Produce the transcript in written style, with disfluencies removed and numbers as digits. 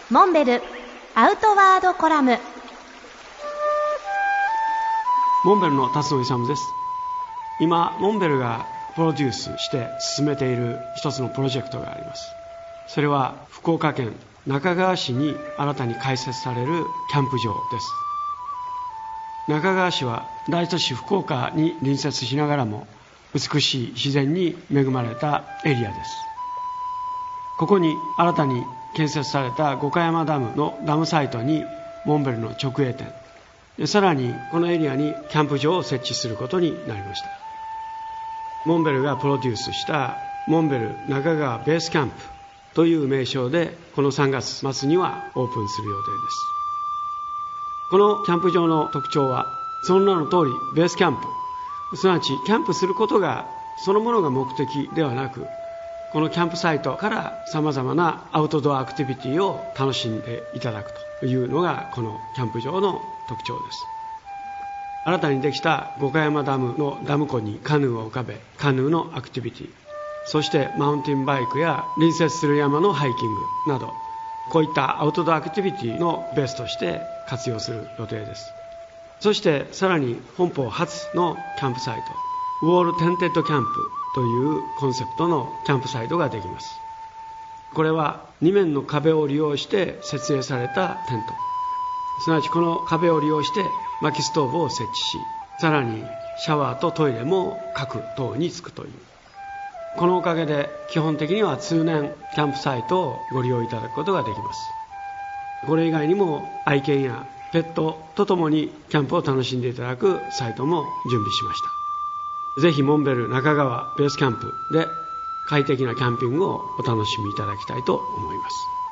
モンベルアウトワードコラム。 モンベルの辰野勇です。今モンベルがプロデュースして進めている一つのプロジェクトがあります。それは福岡県那珂川市に新たに開設されるキャンプ場です。那珂川市は大都市福岡に隣接しながらも美しい自然に恵まれたエリアです。ここに新たに建設された五箇山ダムのダムサイトにモンベルの直営店で、さらにこのエリアにキャンプ場を設置することになりました。モンベルがプロデュースしたモンベル那珂川ベースキャンプという名称でこの3月末にはオープンする予定です。このキャンプ場の特徴はその名の通りベースキャンプ、すなわちキャンプすることがそのものが目的ではなく、このキャンプサイトからさまざまなアウトドアアクティビティを楽しんでいただくというのがこのキャンプ場の特徴です。新たにできた五箇山ダムのダム湖にカヌーを浮かべ、カヌーのアクティビティ、そしてマウンテンバイクや隣接する山のハイキングなど、こういったアウトドアアクティビティのベースとして活用する予定です。そしてさらに本邦初のキャンプサイト、ウォールテンテッドキャンプというコンセプトのキャンプサイトができます。これは2面の壁を利用して設営されたテント、すなわちこの壁を利用して薪ストーブを設置し、さらにシャワーとトイレも各棟につくという、このおかげで基本的には通年キャンプサイトをご利用いただくことができます。これ以外にも愛犬やペットとともにキャンプを楽しんでいただくサイトも準備しました。ぜひモンベル那珂川ベースキャンプで快適なキャンピングをお楽しみいただきたいと思います。